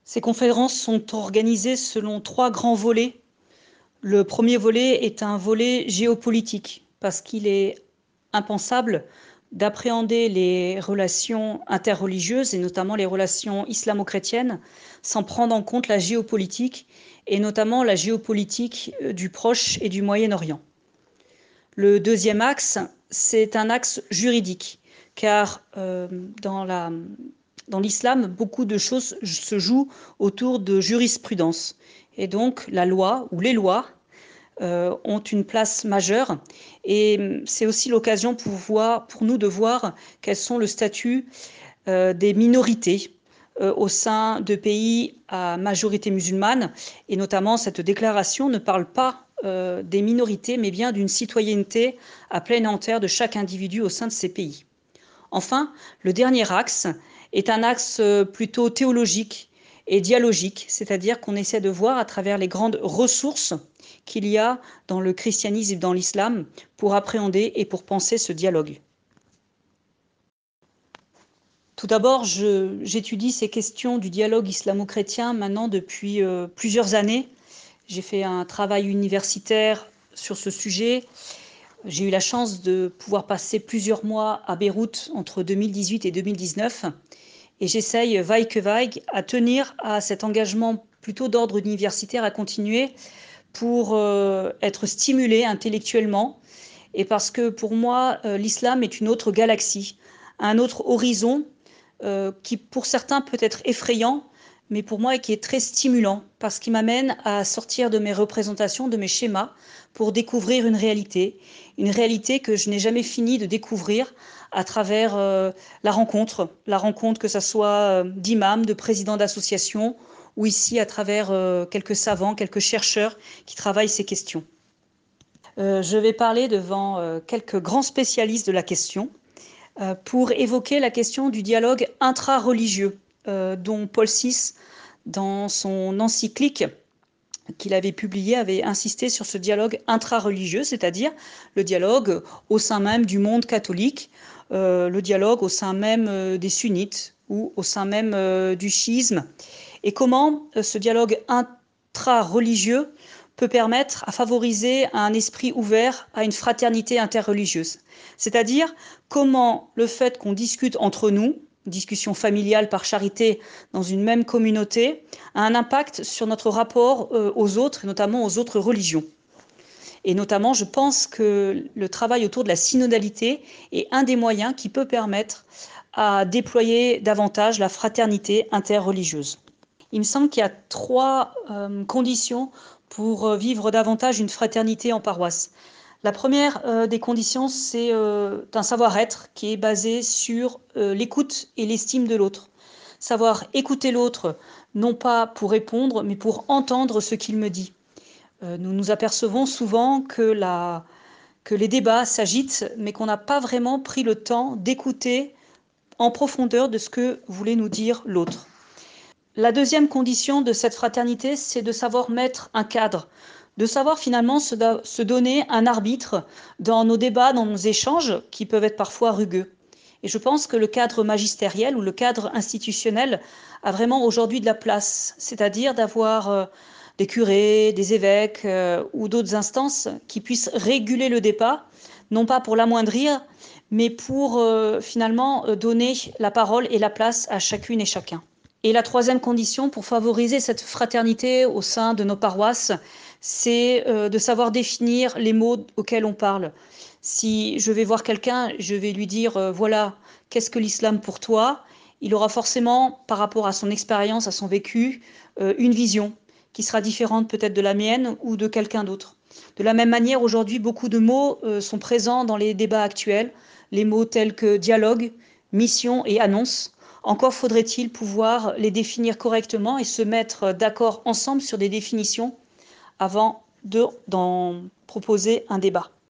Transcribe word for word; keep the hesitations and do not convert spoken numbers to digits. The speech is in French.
Ces conférences sont organisées selon trois grands volets. Le premier volet est un volet géopolitique, parce qu'il est impensable d'appréhender les relations interreligieuses, et notamment les relations islamo-chrétiennes, sans prendre en compte la géopolitique, et notamment la géopolitique du Proche et du Moyen-Orient. Le deuxième axe, c'est un axe juridique, car euh, dans la Dans l'islam, beaucoup de choses se jouent autour de jurisprudence. Et donc, la loi ou les lois euh, ont une place majeure. Et c'est aussi l'occasion pour, voir, pour nous de voir quels sont le statut euh, des minorités euh, au sein de pays à majorité musulmane. Et notamment, cette déclaration ne parle pas euh, des minorités, mais bien d'une citoyenneté à pleine entière de chaque individu au sein de ces pays. Enfin, le dernier axe est un axe plutôt théologique et dialogique, c'est-à-dire qu'on essaie de voir à travers les grandes ressources qu'il y a dans le christianisme et dans l'islam pour appréhender et pour penser ce dialogue. Tout d'abord, j'étudie ces questions du dialogue islamo-chrétien maintenant depuis euh, plusieurs années. J'ai fait un travail universitaire sur ce sujet. J'ai eu la chance de pouvoir passer plusieurs mois à Beyrouth entre deux mille dix-huit et deux mille dix-neuf. Et j'essaye, vaille que vaille, à tenir à cet engagement plutôt d'ordre universitaire, à continuer pour euh, être stimulé intellectuellement. Et parce que pour moi, euh, l'islam est une autre galaxie, un autre horizon euh, qui pour certains peut être effrayant, mais pour moi qui est très stimulant, parce qu'il m'amène à sortir de mes représentations, de mes schémas, pour découvrir une réalité, une réalité que je n'ai jamais fini de découvrir à travers euh, la rencontre, la rencontre que ce soit euh, d'imams, de présidents d'associations, ou ici à travers euh, quelques savants, quelques chercheurs qui travaillent ces questions. Euh, je vais parler devant euh, quelques grands spécialistes de la question euh, pour évoquer la question du dialogue intra-religieux, euh, dont Paul six, dans son encyclique qu'il avait publié, avait insisté sur ce dialogue intra-religieux, c'est-à-dire le dialogue au sein même du monde catholique, euh, le dialogue au sein même euh, des sunnites ou au sein même euh, du chiisme, et comment euh, ce dialogue intra-religieux peut permettre à favoriser un esprit ouvert à une fraternité interreligieuse. C'est-à-dire comment le fait qu'on discute entre nous, discussion familiale par charité dans une même communauté, a un impact sur notre rapport euh, aux autres, et notamment aux autres religions. Et notamment, je pense que le travail autour de la synodalité est un des moyens qui peut permettre à déployer davantage la fraternité interreligieuse. Il me semble qu'il y a trois euh, conditions pour vivre davantage une fraternité en paroisse. La première euh, des conditions, c'est euh, un savoir-être qui est basé sur euh, l'écoute et l'estime de l'autre. Savoir écouter l'autre, non pas pour répondre, mais pour entendre ce qu'il me dit. Euh, nous nous apercevons souvent que, la, que les débats s'agitent, mais qu'on n'a pas vraiment pris le temps d'écouter en profondeur de ce que voulait nous dire l'autre. La deuxième condition de cette fraternité, c'est de savoir mettre un cadre, de savoir finalement se, se donner un arbitre dans nos débats, dans nos échanges, qui peuvent être parfois rugueux. Et je pense que le cadre magistériel ou le cadre institutionnel a vraiment aujourd'hui de la place, c'est-à-dire d'avoir euh, des curés, des évêques euh, ou d'autres instances qui puissent réguler le débat, non pas pour l'amoindrir, mais pour euh, finalement donner la parole et la place à chacune et chacun. Et la troisième condition pour favoriser cette fraternité au sein de nos paroisses, c'est euh, de savoir définir les mots auxquels on parle. Si je vais voir quelqu'un, je vais lui dire, euh, voilà, qu'est-ce que l'islam pour toi? Il aura forcément, par rapport à son expérience, à son vécu, euh, une vision qui sera différente peut-être de la mienne ou de quelqu'un d'autre. De la même manière, aujourd'hui, beaucoup de mots euh, sont présents dans les débats actuels, les mots tels que dialogue, mission et annonce. Encore faudrait-il pouvoir les définir correctement et se mettre d'accord ensemble sur des définitions avant d'en proposer un débat.